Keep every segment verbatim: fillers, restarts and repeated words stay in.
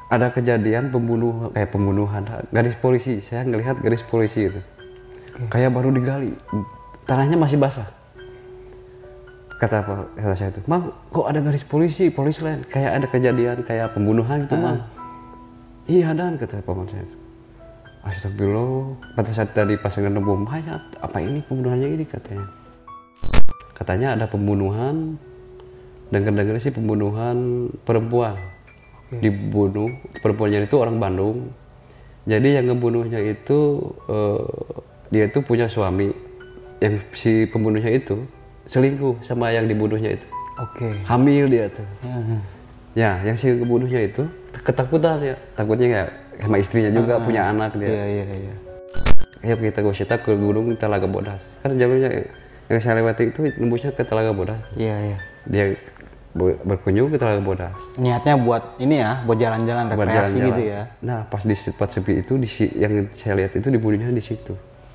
ada kejadian pembunuh kayak pembunuhan garis polisi. Saya ngelihat garis polisi itu okay. kayak baru digali, tanahnya masih basah. Kata apa kata saya itu, "Mang, kok ada garis polisi, polisi lain? Kayak ada kejadian kayak pembunuhan gitu, Mang." "Iya, Dan," kata paman saya. "Astagfirullah," kata saya tadi pas nemu mayat, "apa ini pembunuhannya ini?" katanya. Katanya ada pembunuhan, dengar-dengar sih pembunuhan perempuan. Okay. Dibunuh, perempuannya itu orang Bandung. Jadi yang ngebunuhnya itu uh, dia itu punya suami, yang si pembunuhnya itu selingkuh sama yang dibunuhnya itu. Oke. Okay. Hamil dia tuh. Uh-huh. Ya, yang si pembunuhnya itu ketakutan ya, takutnya nggak sama istrinya juga uh-huh. punya anak dia. Iya iya iya. Ayo kita ke kita ke gunung Telaga Bodas. Kan jalannya yang saya lewati itu nembusnya ke Telaga Bodas. Iya iya. Dia berkunjung ke Telaga Bodas. Niatnya buat ini ya, buat jalan-jalan rekreasi jalan-jalan. Gitu ya. Nah, pas di tempat sepi itu di yang saya lihat itu dibunuhnya di situ.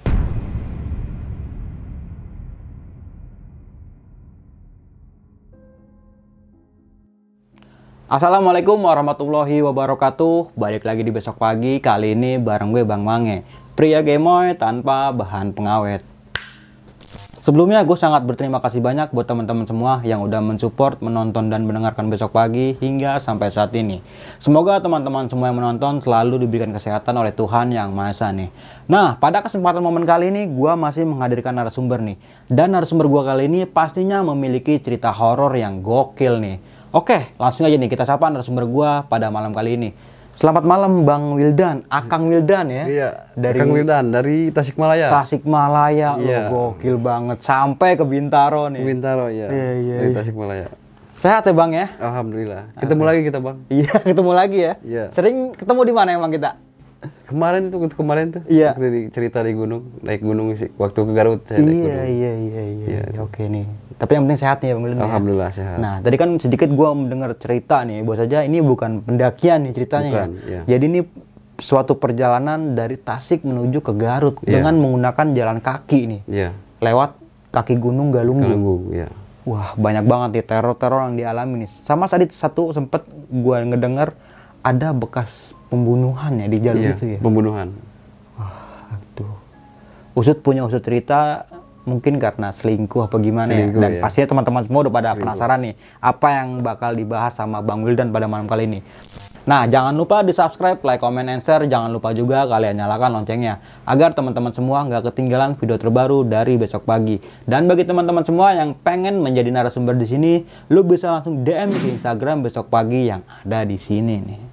Assalamualaikum warahmatullahi wabarakatuh. Balik lagi di Besok Pagi. Kali ini bareng gue Bang Mange, pria gemoy tanpa bahan pengawet. Sebelumnya gue sangat berterima kasih banyak buat teman-teman semua yang udah mensupport, menonton dan mendengarkan Besok Pagi hingga sampai saat ini. Semoga teman-teman semua yang menonton selalu diberikan kesehatan oleh Tuhan Yang Maha Esa nih. Nah, pada kesempatan momen kali ini gue masih menghadirkan narasumber nih. Dan narasumber gue kali ini pastinya memiliki cerita horor yang gokil nih. Oke, langsung aja nih kita sapa narasumber gua pada malam kali ini. Selamat malam Bang Wildan, Akang Wildan ya. Iya, dari Akang Wildan dari Tasikmalaya. Tasikmalaya, iya. Loh, gokil banget. Sampai ke Bintaro nih. Bintaro ya. Iya, iya, dari Tasikmalaya. Sehat ya Bang ya? Alhamdulillah. Ketemu lagi kita Bang. Iya, ketemu lagi ya. Iya. Sering ketemu di mana emang kita? Kemarin tuh, kemarin tuh. Iya. Waktu di, cerita di gunung, naik gunung sih. Waktu ke Garut saya iya, naik gunung. Iya, iya, iya, iya. Oke nih. Tapi yang penting sehat nih ya Bang Wildan. Alhamdulillah ya? sehat. Nah, tadi kan sedikit gua mendengar cerita nih, bahwa saja ini bukan pendakian nih ceritanya. Bukan, ya. Iya. Jadi ini suatu perjalanan dari Tasik menuju ke Garut Iya. dengan menggunakan jalan kaki nih. Iya. Lewat kaki Gunung Galunggung. Galunggung, ya. Wah, banyak banget nih teror-teror yang dialami nih. Sama tadi satu sempet gua ngedengar ada bekas pembunuhan ya di jalur Iya, itu ya. Pembunuhan. Wah, aduh. Usut punya usut cerita mungkin karena selingkuh apa gimana selingkuh, ya. Dan ya. Pastinya teman-teman semua udah pada selingkuh. Penasaran nih apa yang bakal dibahas sama Bang Wildan pada malam kali ini. Nah, jangan lupa di subscribe, like, comment, and share. Jangan lupa juga kalian nyalakan loncengnya agar teman-teman semua nggak ketinggalan video terbaru dari Besok Pagi. Dan bagi teman-teman semua yang pengen menjadi narasumber di sini, lu bisa langsung D M di Instagram Besok Pagi yang ada di sini nih.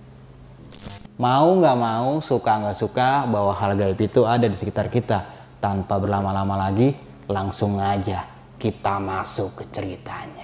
Mau nggak mau, suka nggak suka, bahwa hal gaib itu ada di sekitar kita. Tanpa berlama-lama lagi, langsung aja kita masuk ke ceritanya.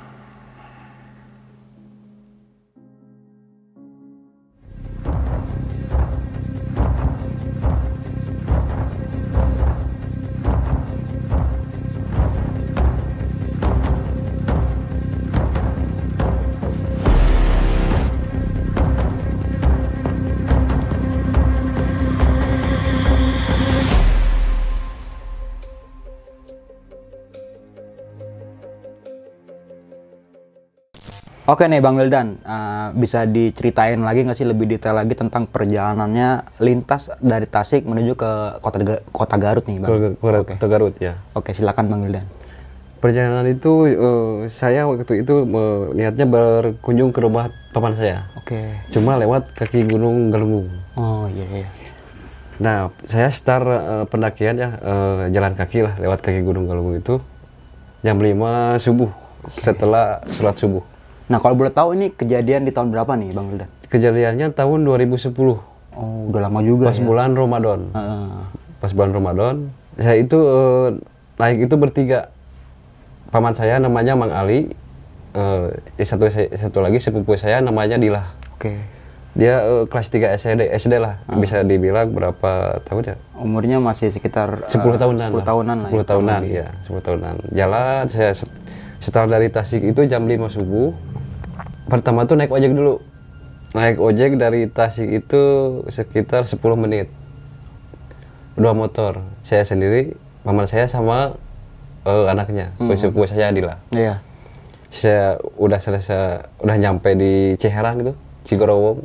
Oke nih Bang Wildan, uh, bisa diceritain lagi nggak sih lebih detail lagi tentang perjalanannya lintas dari Tasik menuju ke kota kota Garut nih Bang? Kota, okay. Kota Garut ya. Oke, silakan Bang Wildan. Perjalanan itu uh, saya waktu itu uh, niatnya berkunjung ke rumah paman saya. Oke. Cuma lewat kaki Gunung Galunggung. Oh iya iya. Nah, saya start uh, pendakian ya uh, jalan kaki lah lewat kaki Gunung Galunggung itu jam lima subuh, okay. Setelah sholat subuh. Nah, kalau boleh tahu ini kejadian di tahun berapa nih Bang Wildan? Kejadiannya tahun dua ribu sepuluh. Oh, udah lama juga. Pas ya? bulan Ramadan. Uh. Pas bulan Ramadan, saya itu uh, naik itu bertiga. Paman saya namanya Mang Ali, uh, satu satu lagi sepupu saya namanya Dilah. Oke. Okay. Dia uh, kelas tiga S D, S D lah, uh. bisa dibilang berapa tahun ya? Umurnya masih sekitar sepuluh tahunan. sepuluh tahunan. sepuluh tahunan, ya, sepuluh tahunan. Jalan saya setelah dari Tasik itu jam lima subuh. Pertama tuh naik ojek dulu. Naik ojek dari Tasik itu sekitar sepuluh menit. Dua motor. Saya sendiri, paman saya sama uh, anaknya, mm-hmm. sepupu saya Adila. Iya. Saya udah selesai, udah nyampe di Ciherang gitu, Cigorowong.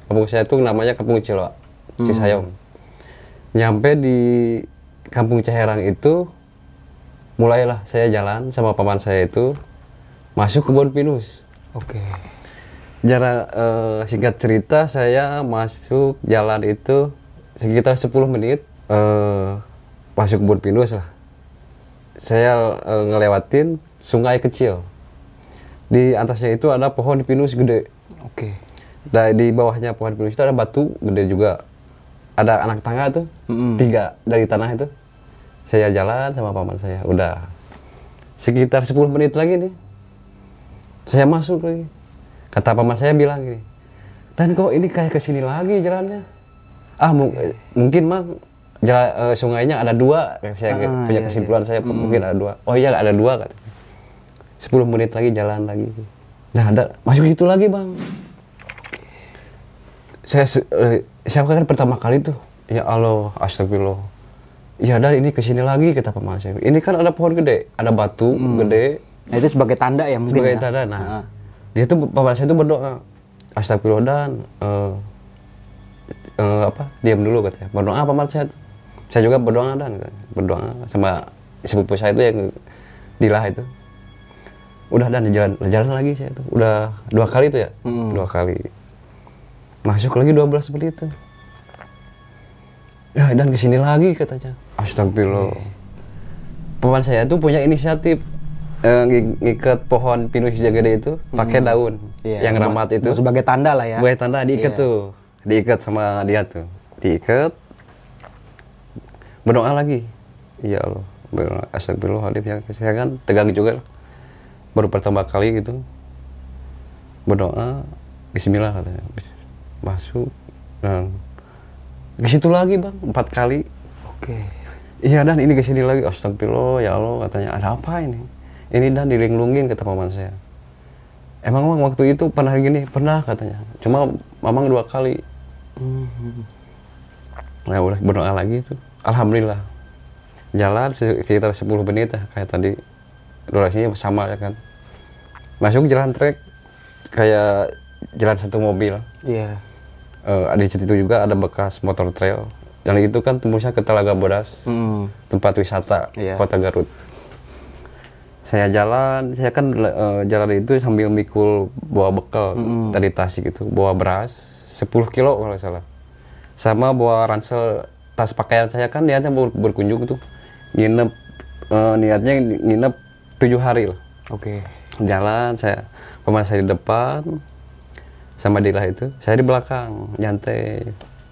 Kampung saya tuh namanya Kampung Ciloa, Cisayong. Hmm. Nyampe di Kampung Ciherang itu, mulailah saya jalan sama paman saya itu masuk kebun pinus. Oke. Okay. Jarak eh, singkat cerita, saya masuk jalan itu sekitar sepuluh menit eh, masuk kebun pinus lah. Saya eh, ngelewatin sungai kecil. Di atasnya itu ada pohon pinus gede. Oke. Okay. Dan di bawahnya pohon pinus itu ada batu gede juga. Ada anak tangga tuh, mm-hmm. tiga dari tanah itu. Saya jalan sama paman saya, udah sekitar sepuluh menit lagi nih. Saya masuk lagi. Kata paman saya bilang gini, dan kok ini kayak kesini lagi jalannya? Ah mu- mungkin mah jalan, uh, sungainya ada dua. Saya ah, punya kesimpulan iya, iya. saya mm-hmm. mungkin ada dua. Oh iya ada dua katanya. sepuluh menit lagi jalan lagi. Nah ada masuk itu lagi bang. Saya uh, saya kan pertama kali tuh, ya Allah, astagfirullah. Ya dan ini kesini lagi kata paman saya. Ini kan ada pohon gede, ada batu hmm. gede. Nah itu sebagai tanda ya mungkin. Sebagai ya? tanda. Nah, nah. Dia tuh paman saya tuh berdoa, astagfirullah dan uh, uh, apa? Diam dulu katanya. Berdoa paman saya. Tuh. Saya juga berdoa dan berdoa sama sepupu saya itu yang dilah itu. Udah dan jalan jalan lagi saya tuh. Udah dua kali tuh ya, hmm. dua kali. Masuk lagi dua belas menit itu. Ya dan kesini lagi katanya. Astagfirullah. Okay. Paman saya tuh punya inisiatif eh, ng- ngikat pohon pinus yang gede itu hmm. pakai daun yeah, yang ramat itu. Sebagai tanda lah ya. Sebagai tanda diikat yeah. tuh. Diikat sama dia tuh. Diikat. Berdoa lagi. Ya Allah. Berdoa. Astagfirullahaladzim ya. Saya kan tegang juga. Baru pertama kali gitu. Berdoa. Bismillah katanya. Masuk dan ke situ lagi bang empat kali. Oke. Iya dan ini ke sini lagi. Astagfirullah ya Allah katanya ada apa ini? Ini dan dilinglungin kata paman saya. Emang bang waktu itu pernah gini? Pernah katanya. Cuma mamang dua kali. Mm-hmm. Nah udah berdoa lagi itu. Alhamdulillah. Jalan sekitar sepuluh menit ya kayak tadi. Durasinya sama ya kan. Masuk jalan trek kayak jalan satu mobil. Iya. Yeah. Uh, di situ juga ada bekas motor trail. Yang itu kan tembusnya ke Telaga Bodas, mm. tempat wisata yeah. Kota Garut. Saya jalan, saya kan uh, jalan itu sambil mikul bawa bekal mm. dari Tasik itu, bawa beras sepuluh kilo kalau salah. Sama bawa ransel tas pakaian saya kan niatnya ber- berkunjung tuh. Nginep uh, niatnya nginep tujuh hari lah. Oke. Okay. Jalan saya, paman saya di depan. Sama Dilah itu, saya di belakang, nyantai.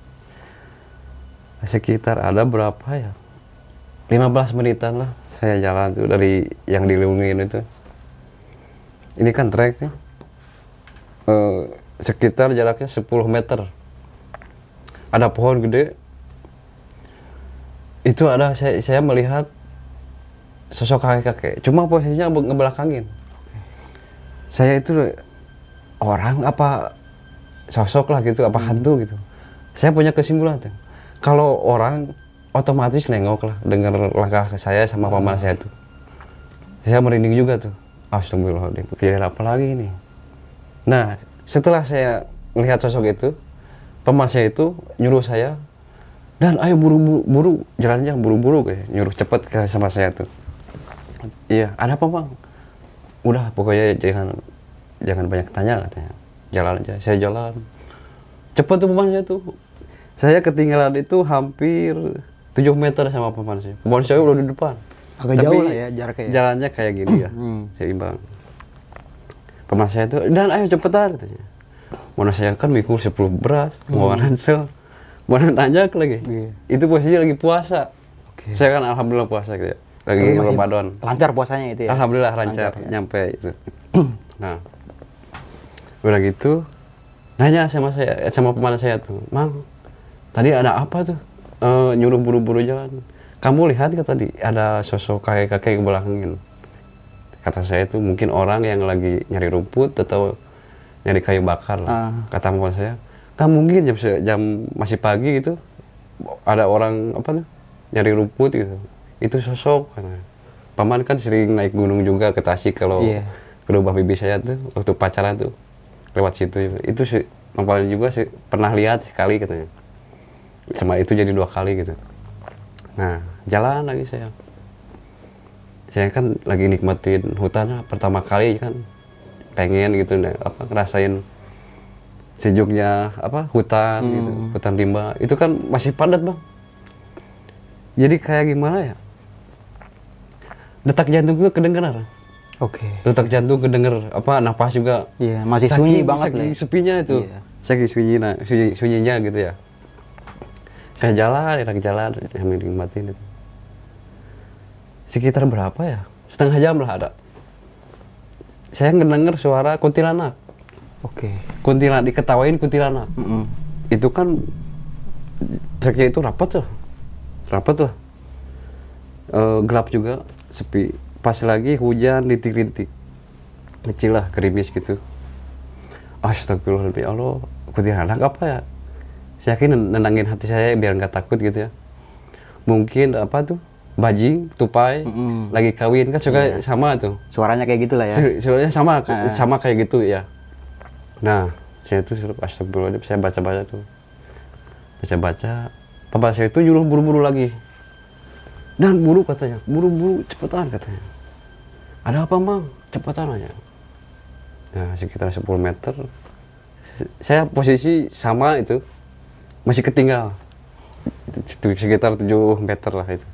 Sekitar ada berapa ya? lima belas menitan lah saya jalan tuh dari yang dilindungin itu. Ini kan trek nih. Uh, sekitar jaraknya sepuluh meter. Ada pohon gede. Itu ada, saya, saya melihat sosok kakek-kakek. Cuma posisinya ngebelakangin. Saya itu orang apa sosok lah gitu, apa hantu gitu. Saya punya kesimpulan tuh. Kalau orang otomatis nengok lah dengar langkah saya sama paman saya tuh. Saya merinding juga tuh. Astagfirullahaladzim, kejadian apa lagi ini? Nah, setelah saya melihat sosok itu, paman saya itu nyuruh saya, dan ayo buru-buru, jalannya buru-buru kayak nyuruh cepet ke sama saya tuh. Iya, ada apa bang? Udah pokoknya jangan jangan banyak tanya katanya. Jalan aja, saya jalan. Cepat tuh paman saya tuh. Saya ketinggalan itu hampir tujuh meter sama paman saya. Paman saya udah di depan. Agak tapi jauh lah ya jaraknya. Jalannya kayak gini ya, hmm. seimbang. Paman saya tuh, dan ayo cepetan katanya. Mana saya kan mikul sepuluh beras, hmm. mau ransel. Mana nanya lagi. Yeah. Itu posisi lagi puasa. Okay. Saya kan alhamdulillah puasa gitu ya. Lagi Ramadan. Lancar puasanya itu ya? Alhamdulillah lancar, lancar ya? Nyampe itu. Nah, udah gitu, nanya sama saya, sama paman saya tuh, Mang, tadi ada apa tuh? E, nyuruh buru-buru jalan. Kamu lihat gak tadi ada sosok kakek-kakek yang belakangin? Kata saya tuh mungkin orang yang lagi nyari rumput atau nyari kayu bakar. Uh. Kata paman saya, kan mungkin jam, jam masih pagi gitu, ada orang apa tuh nyari rumput gitu. Itu sosok. Paman kan sering naik gunung juga ke Tasik kalau yeah. ke rumah bibi saya tuh waktu pacaran tuh. lewat situ. Itu sih paling juga sih pernah lihat sekali katanya. Sama itu jadi dua kali gitu. Nah, jalan lagi saya. Saya kan lagi nikmatin hutan pertama kali kan, pengen gitu apa ngerasain sejuknya apa hutan hmm. gitu, hutan rimba. Itu kan masih padat, Bang. Jadi kayak gimana ya? Detak jantung itu kedengeran. Oke. Okay. Detak jantung kedenger, apa napas juga. Iya, masih saking, sunyi banget saking lah. Sepinya itu. Iya. Saking sunyi, nah, sunyi, sunyinya gitu ya. Saya jalan, enak jalan, sambil nikmatin itu. Sekitar berapa ya? Setengah jam lah ada. Saya ngedenger suara kuntilanak. Oke. Okay. Kuntilanak, diketawain kuntilanak. Mm -hmm. Itu kan treknya itu rapat tuh. Rapat lah. E, gelap juga, sepi. Pas lagi hujan rintik-rintik. Kecil lah, gerimis gitu. Astagfirullahaladzim, ya Allah, kuntilanak apa ya? Saya yakin nenangin hati saya biar nggak takut gitu ya. Mungkin apa tuh? Bajing, tupai, mm-hmm. lagi kawin kan suka iya. sama tuh. Suaranya kayak gitulah ya. Suaranya sama, uh. sama kayak gitu ya. Nah, saya tuh astagfirullahaladzim, saya baca-baca tuh. Baca-baca, papa saya itu nyuruh buru-buru lagi. Dan buru katanya, buru-buru cepetan katanya. Ada apa, Bang? Cepetan aja. Nah, sekitar sepuluh meter. Saya posisi sama itu. Masih ketinggal. Sekitar tujuh meter lah itu.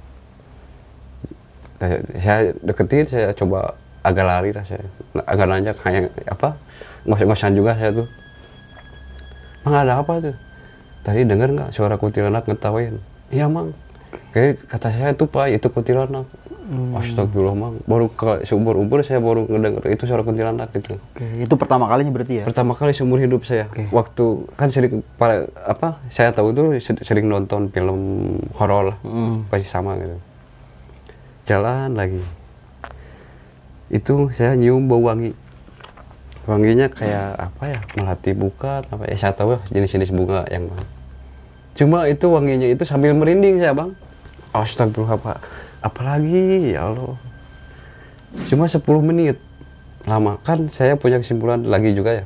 Saya deketin, saya coba agak lari lah saya, agak nanjak, kayak apa, ngos-ngosan juga saya tuh. Mang ada apa tuh? Tadi dengar nggak suara kuntilanak ngetawain? Iya, Mang. Kayak kata saya tuh Pak, itu kuntilanak. Hmm. Astagfirullah, Mang. Baru ke seumur-umur saya baru ngedenger itu suara kuntilanak gitu. Oke, itu pertama kalinya berarti ya? Pertama kali seumur hidup saya. Oke. Waktu kan sering para apa? Saya tahu tuh sering nonton film horor lah, hmm. pasti sama gitu. Jalan lagi. Itu saya nyium bau wangi. Wanginya kayak apa ya? Melati bukan apa ya? Saya tahu jenis-jenis bunga yang mana. Cuma itu wanginya itu sambil merinding saya, Bang. Astagfirullah, Pak. Apalagi ya Allah. Cuma sepuluh menit. Lama kan saya punya kesimpulan lagi juga ya.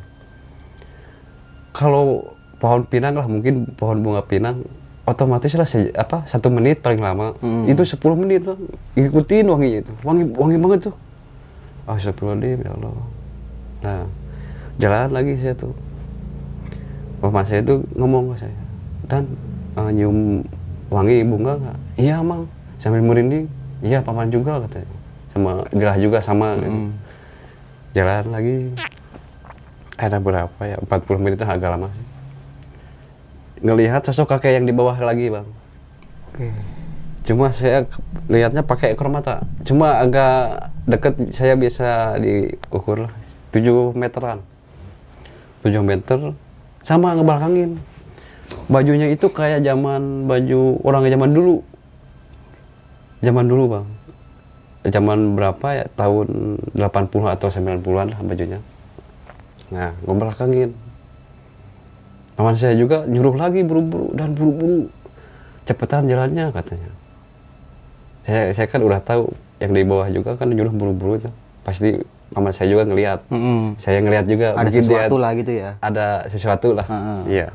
Kalau pohon pinang lah, mungkin pohon bunga pinang otomatis lah se- apa satu menit paling lama. Hmm. Itu sepuluh menit, Bang. Ikutin wanginya itu. Wangi wangi banget tuh. Astagfirullahaladzim, ya Allah. Nah, jalan lagi saya tuh. Paman saya tuh ngomong ke saya, Dan uh, nyium wangi bunga nggak? Iya, Mang. Sambil merinding. Iya, Paman juga katanya. Sama Gerah juga sama. Hmm. Gitu. Jalan lagi. Ada berapa ya? empat puluh menit agak lama sih. Ngelihat sosok kakek yang di bawah lagi, Bang. Oke. Cuma saya lihatnya pakai ekor mata. Cuma agak deket, saya bisa diukur tujuh meteran. tujuh meter sama ngebelakangin. Bajunya itu kayak zaman baju orang zaman dulu. Zaman dulu, Bang. Zaman berapa ya? Tahun delapan puluh atau sembilan puluhan lah bajunya. Nah, ngebelakangin. Paman saya juga nyuruh lagi buru-buru dan buru-buru. Cepetan jalannya katanya. Saya saya kan udah tahu yang di bawah juga kan nyuruh buru-buru itu. Pasti paman saya juga ngelihat. Mm-hmm. Saya ngelihat juga. Ada sesuatu lah gitu ya. Ada sesuatu lah. Uh-huh. Iya.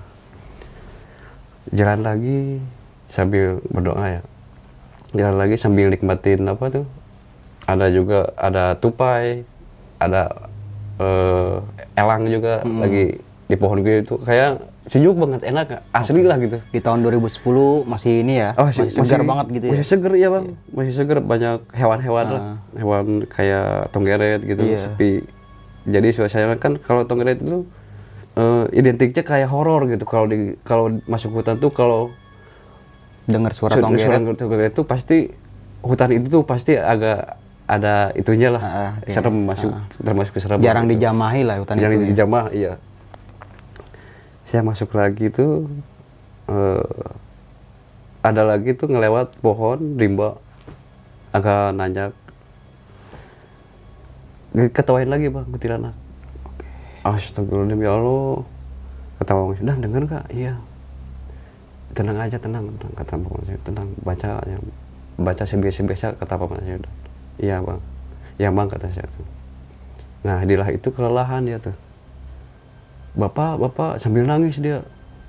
Jalan lagi sambil berdoa ya. Jalan lagi sambil nikmatin apa tuh? Ada juga ada tupai, ada uh, elang juga mm-hmm. lagi di pohon gue itu kayak sejuk banget, enak, asli lah gitu. Di tahun dua ribu sepuluh masih ini ya, oh, masih, masih segar masih, banget gitu ya. Masih segar ya, Bang, yeah. Masih segar, banyak hewan-hewan uh. lah, hewan kayak tonggeret gitu, yeah. Sepi. Jadi suasana kan kalau tonggeret itu uh, identiknya kayak horor gitu. Kalau di kalau masuk hutan tuh kalau dengar suara tonggeret, suara tonggeret itu pasti hutan itu tuh pasti agak ada itunya lah, uh, okay. serem masuk, uh. termasuk serem. Jarang gitu. Dijamahi lah hutan Jarang itu. Jarang dijamah, ya. Iya. Saya masuk lagi tuh uh, ada lagi tuh ngelewat pohon rimba agak nanjak, ketawain lagi, Bang, kuntilanak. Astagfirullahaladzim, ya Allah. Kata Bang, sudah dengar nggak? Iya. Tenang aja, tenang, tenang. Kata Bang, tenang, baca aja, baca sebiasa-biasa, kata Bang saya. Iya, Bang. Iya, Bang, kata saya tuh. Nah, dilah itu kelelahan dia tuh. bapak bapak sambil nangis dia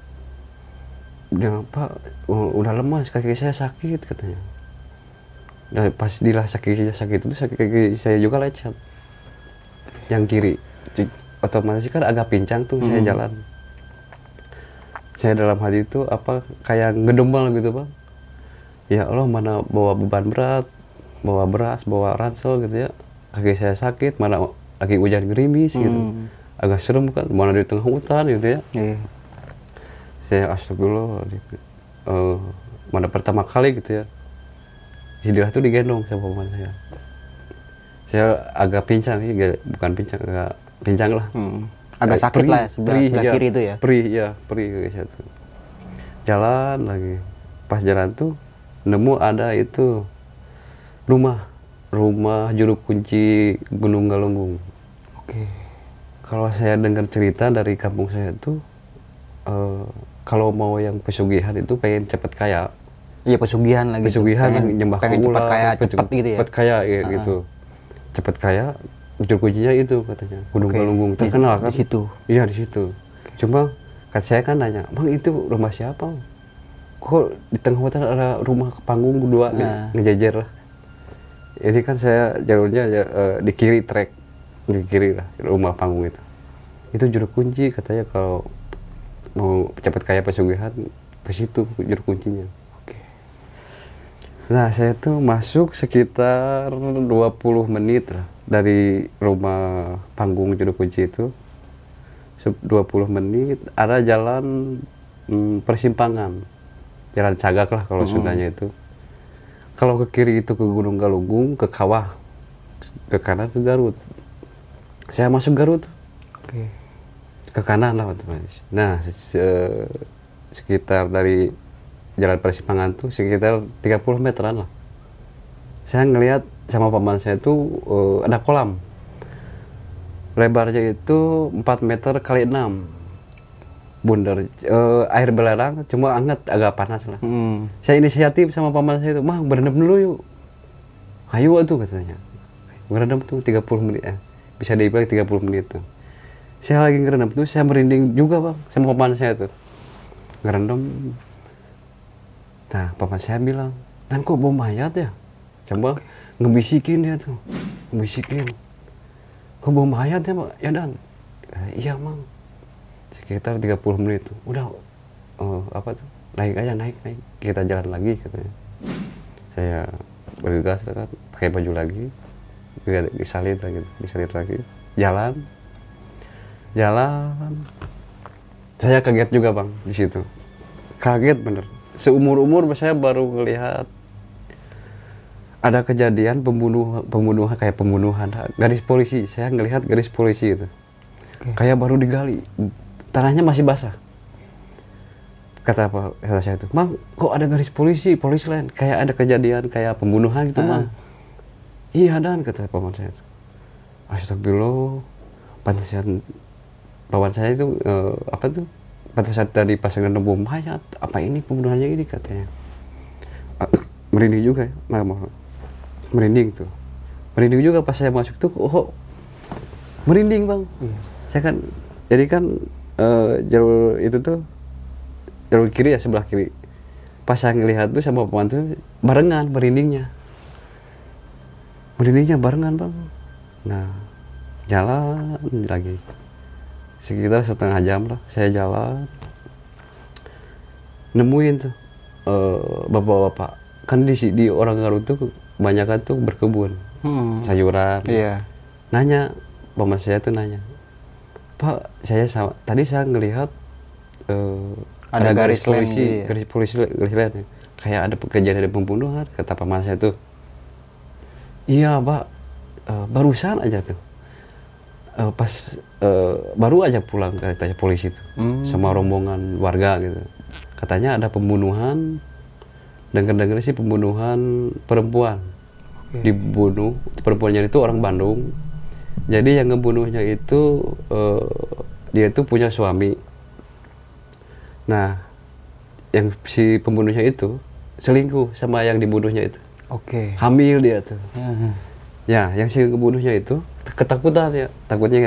dia pak udah lemas, kaki saya sakit katanya. Nah, pas dilah kaki saya sakit itu sakit kaki saya juga lecet yang kiri, otomatis kan agak pincang tuh. hmm. Saya jalan, saya dalam hati itu apa kayak ngedumel gitu bang, ya Allah mana bawa beban berat, bawa beras, bawa ransel gitu ya, kaki saya sakit, mana lagi hujan gerimis gitu. hmm. Agak serem kan, mana di tengah hutan gitu ya. yeah. Saya astagfirullah, uh, mana pertama kali gitu ya, Sidirah tuh digendong sama paman saya. Saya agak pincang sih, bukan pincang, agak pincang lah. Hmm. Agak eh, sakit perih, lah sebelah, perih, sebelah ya, kiri itu ya. Perih ya, perih kayak gitu. Jalan lagi, pas jalan tuh nemu ada itu rumah, rumah juru kunci Gunung Galunggung. Oke. Kalau saya dengar cerita dari kampung saya tuh, uh, kalau mau yang pesugihan itu pengen cepet kaya. Iya pesugihan lagi. Pesugihan yang nyembah pengen cepet kaya, cepet gitu ya. Cepet kaya ya uh-huh. gitu. Cepet kaya, juru kuncinya itu katanya Gunung okay. Galunggung, terkenal kan. Di situ. Iya di situ. Cuma kan saya kan nanya, "Bang, itu rumah siapa? Kok di tengah hutan ada rumah panggung dua nah. ngejejer lah." Ini kan saya jalurnya uh, di kiri trek, di kiri lah rumah panggung itu. Itu juru kunci katanya kalau mau cepat kaya pesugihan ke situ juru kuncinya. Oke. Nah, saya tuh masuk sekitar dua puluh menit lah dari rumah panggung juru kunci itu. dua puluh menit ada jalan hmm, persimpangan. Jalan cagak lah kalau mm-hmm. sudahnya itu. Kalau ke kiri itu ke Gunung Galunggung, ke Kawah. Ke kanan ke Garut. Saya masuk Garut. Oke. Ke kanan lah otomatis. Nah, se- sekitar dari jalan persimpangan tuh sekitar tiga puluh meteran lah. Saya ngelihat sama paman saya tuh uh, ada kolam. Lebarnya itu empat meter kali enam. Bundar, uh, air belerang, cuma anget, agak panas lah. Hmm. Saya inisiatif sama paman saya itu, "Mah, berendam dulu yuk." "Ayo tuh," katanya. Berendam tuh tiga puluh menit ya. Bisa dibilang tiga puluh menit tuh. Saya lagi ngerendam tuh, saya merinding juga bang, sama paman saya tuh. Ngerendam. Nah, paman saya bilang, "Dan kok bau mayat ya?" Coba ngebisikin dia tuh, ngebisikin. "Kok bau mayat ya, Pak?" "Ya Dan." "Iya, Mang." Sekitar tiga puluh menit tuh. Udah, uh, apa tuh, naik aja, naik, naik. Kita jalan lagi, katanya. Saya bergegas, kan, pakai baju lagi. Disalin lagi, disalin lagi. Jalan. Jalan, saya kaget juga bang di situ, kaget bener. Seumur-umur saya baru melihat ada kejadian pembunuh, pembunuhan kayak pembunuhan garis polisi. Saya ngelihat garis polisi itu, okay. kayak baru digali, tanahnya masih basah. Kata apa? Kata saya itu, "Mang, kok ada garis polisi, polisi lain? Kayak ada kejadian kayak pembunuhan gitu, uh. Mang." "Iya Dan," kata paman saya. Astagfirullah, pantesan. Paman saya itu uh, apa tuh pada saat tadi pas nemu mayat, apa ini pembunuhannya ini katanya. Uh, merinding juga ya, maaf, merinding tuh, merinding juga pas saya masuk tuh, oh merinding bang. Iya. Saya kan, jadi kan uh, jalur itu tuh jalur kiri ya, sebelah kiri. Pas saya ngelihat tuh sama paman tuh barengan merindingnya, merindingnya barengan bang. Nah jalan lagi. Sekitar setengah jam lah saya jalan, nemuin tuh uh, bapak-bapak kan di di orang Garut tuh kebanyakan tuh berkebun hmm. sayuran. Iya. Nanya, paman saya tuh nanya, "Pak, saya sama, tadi saya ngelihat uh, ada, ada garis, garis polisi, iya. garis polisi, garis lain, kayak ada kejadian ada pembunuhan," kata paman saya tuh. "Iya Pak, uh, barusan aja tuh." Uh, pas uh, baru aja pulang katanya polisi itu hmm. sama rombongan warga gitu, katanya ada pembunuhan, dengar-dengar sih pembunuhan perempuan. Okay. Dibunuh perempuannya itu orang Bandung, jadi yang ngebunuhnya itu uh, dia itu punya suami. Nah yang si pembunuhnya itu selingkuh sama yang dibunuhnya itu. Oke. Okay. Hamil dia tuh. Uh-huh. Ya, yang si pembunuhnya itu ketakutan ya, takutnya kayak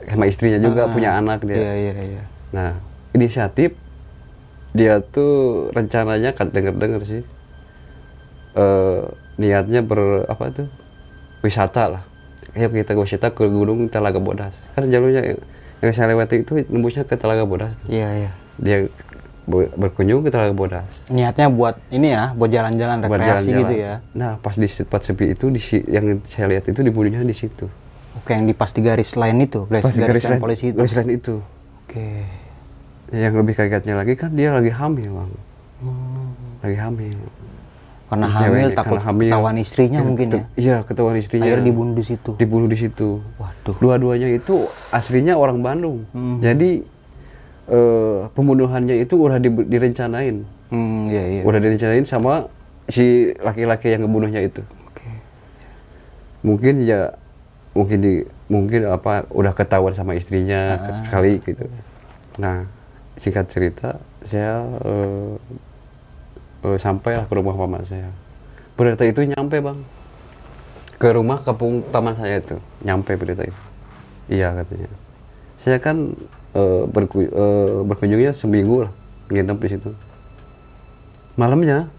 sama istrinya juga, ah, punya anak dia. Iya, iya, iya. Nah, inisiatif dia tuh rencananya kan denger-denger sih. Uh, niatnya ber apa tuh? Wisata lah. Ayo kita wisata ke Gunung Telaga Bodas. Kan jalurnya yang saya lewati itu nembusnya ke Telaga Bodas. Iya, iya. Dia berkunjung ke Telaga Bodas. Niatnya buat ini ya, buat jalan-jalan rekreasi jalan-jalan. Gitu ya. Nah, pas di tempat sepi itu di yang saya lihat itu dibunuhnya di situ. Oke, yang di pas di garis lain itu, garis, pas di garis, garis lain polisi itu. Garis lain itu. Oke. Yang lebih kagetnya lagi kan dia lagi hamil, Bang. Hmm. Lagi hamil. Karena hamil takut hamil, ketahuan istrinya ya, mungkin ya. Iya, ketahuan istrinya. Akhirnya dibunuh di situ. Dibunuh di situ. Waduh. Dua-duanya itu aslinya orang Bandung. Hmm. Jadi uh, pembunuhannya itu udah di, direncanain. Hmm, iya, iya. Udah direncanain sama si laki-laki yang ngebunuhnya itu. Oke. Mungkin ya mungkin di mungkin apa udah ketahuan sama istrinya ah. kali gitu. Nah, singkat cerita saya uh, uh, sampailah ke rumah paman saya. Berita itu nyampe, Bang, ke rumah kampung paman saya itu, nyampe berita itu. Iya katanya. Saya kan uh, berku, uh, berkunjungnya seminggu lah, nginep di situ. Malamnya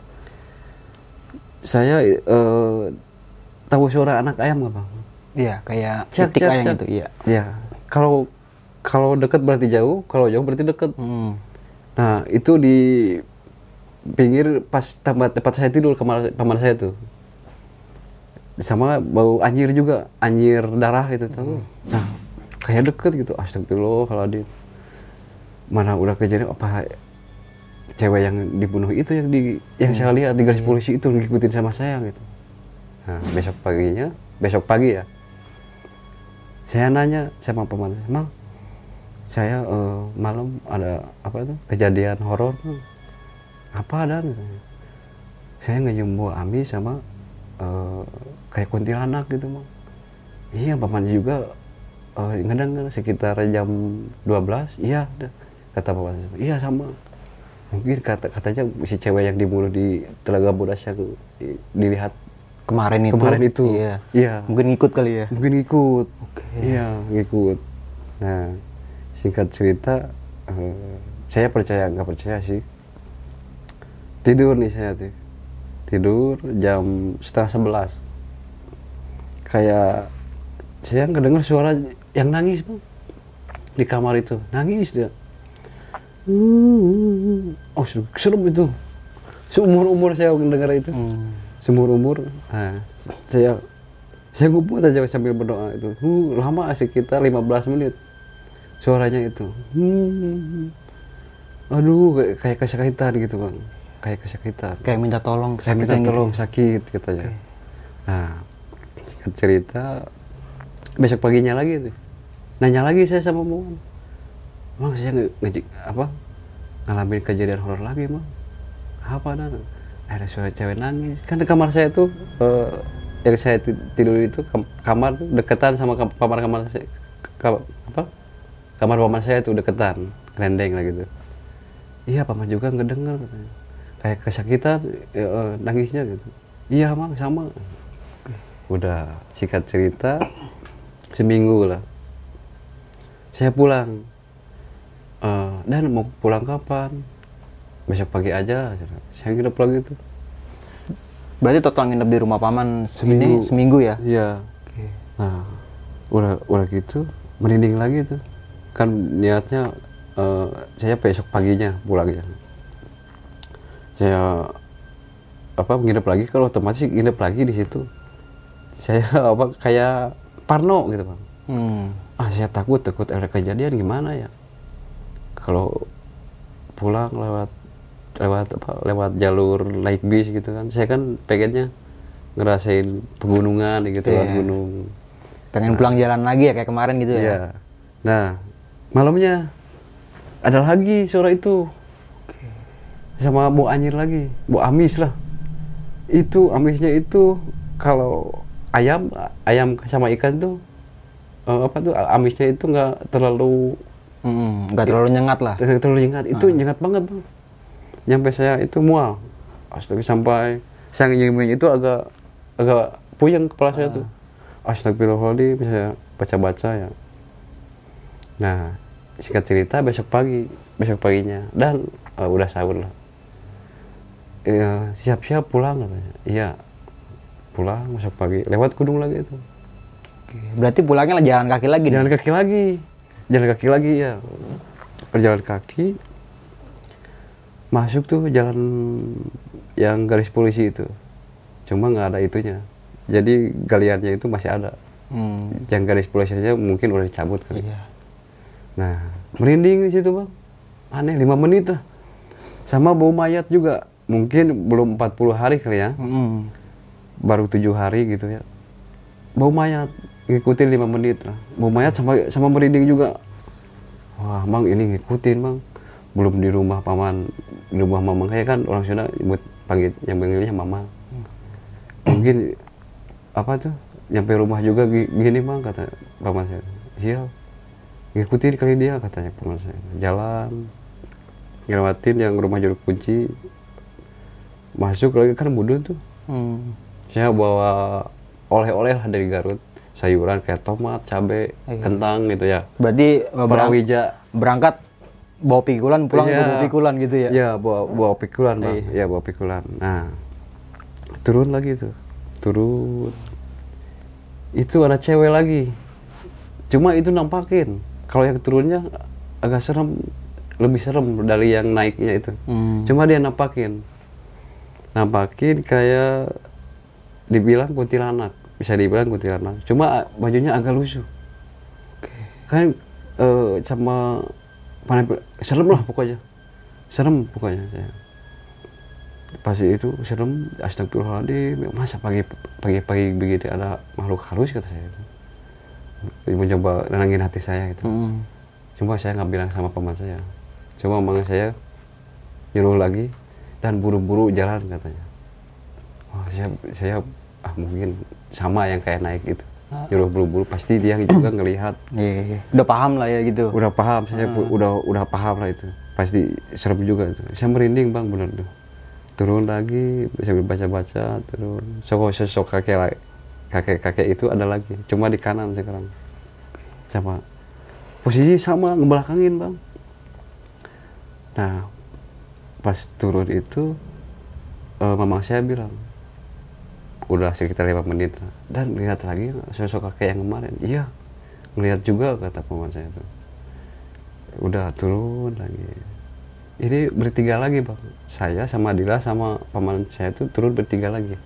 saya uh, tahu suara anak ayam nggak, Bang? Iya, kayak titik ayam gitu. Iya. Iya. Kalau kalau dekat berarti jauh, kalau jauh berarti dekat. Hmm. Nah, itu di pinggir pas tempat tempat saya tidur kamar paman saya tuh. Sama bau anjir juga, anjir darah itu tahu. Hmm. Nah, kayak deket gitu. Astagfirullahaladzim. Mana udah kejadian apa cewek yang dibunuh itu yang di yang hmm. saya lihat di garis polisi itu ngikutin sama saya gitu. Nah, besok paginya, besok pagi ya. Saya nanya sama paman saya, "Mang, saya uh, malam ada apa tuh kejadian horor tuh. Apa ada?" Saya nyium bau amis sama uh, kayak kuntilanak gitu, Mang. Iya, paman juga uh, ngedengar sekitar jam dua belas. Iya, kata paman saya. Iya, sama. Mungkin kata katanya si cewek yang dibunuh di Telaga Bodas yang dilihat kemarin itu. Kemarin itu. Iya. Iya. Mungkin ngikut kali ya. Mungkin ngikut. Okay. Iya, ngikut. Nah, singkat cerita, uh, saya percaya nggak percaya sih. Tidur nih saya tuh. Tidur jam setengah sebelas. Kayak saya ngedenger suara yang nangis, Bang. Di kamar itu. Nangis dia. Oh, serem itu. Seumur-umur saya mendengar itu. Hmm. Seumur-umur. Nah, saya saya ngumpul aja sambil berdoa itu. Uh, lama sekitar lima belas menit. Suaranya itu. Hmm. Aduh, kayak, kayak kesakitan gitu, Bang. Kayak kesakitan. Kayak minta tolong, kayak minta tolong gitu. Sakit katanya. Okay. Nah, singkat cerita besok paginya lagi tuh. Nanya lagi saya sama Muan. Mang, saya nge, nge apa ngalamin kejadian horor lagi, Mang. Apa dan ada suara cewek nangis. Kan di kamar saya tuh uh, yang saya tidur itu kamar tuh deketan sama kamar kamar saya kamar, apa kamar paman saya tuh deketan, rendeng lah gitu. Iya, paman juga ngedenger katanya. Kayak kesakitan ya, uh, nangisnya gitu. Iya, Mang, sama. Udah singkat cerita seminggu lah. Saya pulang. Uh, dan mau pulang kapan? Besok pagi aja. Saya nginep lagi tuh. Berarti total nginep di rumah paman seminggu, ini seminggu ya? Iya. Okay. Nah, udah udah gitu merinding lagi tuh. Kan niatnya uh, saya besok paginya pulangnya. Saya apa nginep lagi, kalau otomatis nginep lagi di situ. Saya apa kayak parno gitu, Bang. Hmm. Ah, saya takut takut ada kejadian gimana ya? Kalau pulang lewat lewat apa lewat jalur naik bis gitu kan, saya kan pengennya ngerasain pegunungan gitu, yeah. Lewat gunung. Pengen nah, pulang jalan lagi ya kayak kemarin gitu ya. Iya. Nah, malamnya ada lagi suara itu. Okay. Sama bau anjir lagi, bau amis lah. Itu amisnya itu kalau ayam ayam sama ikan tuh uh, apa tuh amisnya itu nggak terlalu Hmm, nggak terlalu nyengat lah. Nggak terlalu nyengat. Itu hmm. nyengat banget, Bang. Nyampe saya itu mual. Astaga, sampai saya nyium itu agak agak puyeng kepala hmm. saya tuh. Astagfirullahaladzim, saya baca-baca ya. Nah, singkat cerita besok pagi, besok paginya dan uh, udah sahur lah. Ya, siap-siap pulang katanya. Iya, pulang besok pagi. Lewat gunung lagi itu. Oke. Berarti pulangnya lah jalan kaki lagi. Jalan nih? kaki lagi, jalan kaki lagi ya. Berjalan kaki, masuk tuh jalan yang garis polisi itu. Cuma nggak ada itunya. Jadi galiannya itu masih ada. Hmm. Yang garis polisi aja mungkin udah dicabut kali. Iya. Nah, merinding di situ bang. Aneh, lima menit lah. Sama bau mayat juga. Mungkin belum empat puluh hari kali ya. Hmm. Baru tujuh hari gitu ya. Bau mayat, ngikutin lima menit lah. Bau mayat sama sama merinding juga. Wah bang, ini ngikutin bang. Belum di rumah paman, di rumah mamang. Kayak kan orang Sunda buat panggil, yang panggilnya mama. Hmm. Mungkin apa tuh, nyampe rumah juga gini bang, kata paman saya. Iya. Ngikutin kali dia katanya paman saya. Jalan ngelewatin yang rumah juru kunci, masuk lagi kan mudun tuh. Hmm. Saya bawa oleh-oleh lah dari Garut, sayuran kayak tomat, cabai, iya. Kentang gitu ya. Berarti Palawija berangkat bawa pikulan, pulang iya. Bawa pikulan gitu ya? Iya, bawa, bawa pikulan bang. Iya, bawa pikulan. Nah, turun lagi tuh, turun. Itu ada cewek lagi. Cuma itu nampakin. Kalau yang turunnya agak serem, lebih serem dari yang naiknya itu. Hmm. Cuma dia nampakin, nampakin kayak dibilang kuntilanak, bisa dibilang kuntilanak. Cuma bajunya agak lusuh. Okay. Kan uh, sama serem lah pokoknya, serem pokoknya. Ya. Pas itu serem, astagfirullahaladzim, masa pagi-pagi begitu ada makhluk halus kata saya. Mencoba nenangin hati saya gitu. Hmm. Cuma saya nggak bilang sama paman saya. Cuma mamang saya nyuruh lagi dan buru-buru jalan katanya. Oh, saya, saya ah mungkin sama yang kayak naik itu. Nyuruh buru-buru, pasti dia juga ngelihat. Iya, udah paham lah ya gitu. Udah paham, saya hmm. udah udah paham lah itu. Pasti serem juga itu. Saya merinding bang, bener tuh. Turun lagi, bisa baca-baca, turun. Sosok kakek kakek-kakek itu ada lagi, cuma di kanan sekarang. Sama posisi sama ngebelakangin bang. Nah, pas turun itu, uh, mamang saya bilang, udah sekitar lima menit lah. Dan lihat lagi sosok kakek yang kemarin. Iya, melihat juga kata paman saya itu. Udah turun lagi. Ini bertiga lagi bang. Saya sama Dila sama paman saya itu turun bertiga lagi.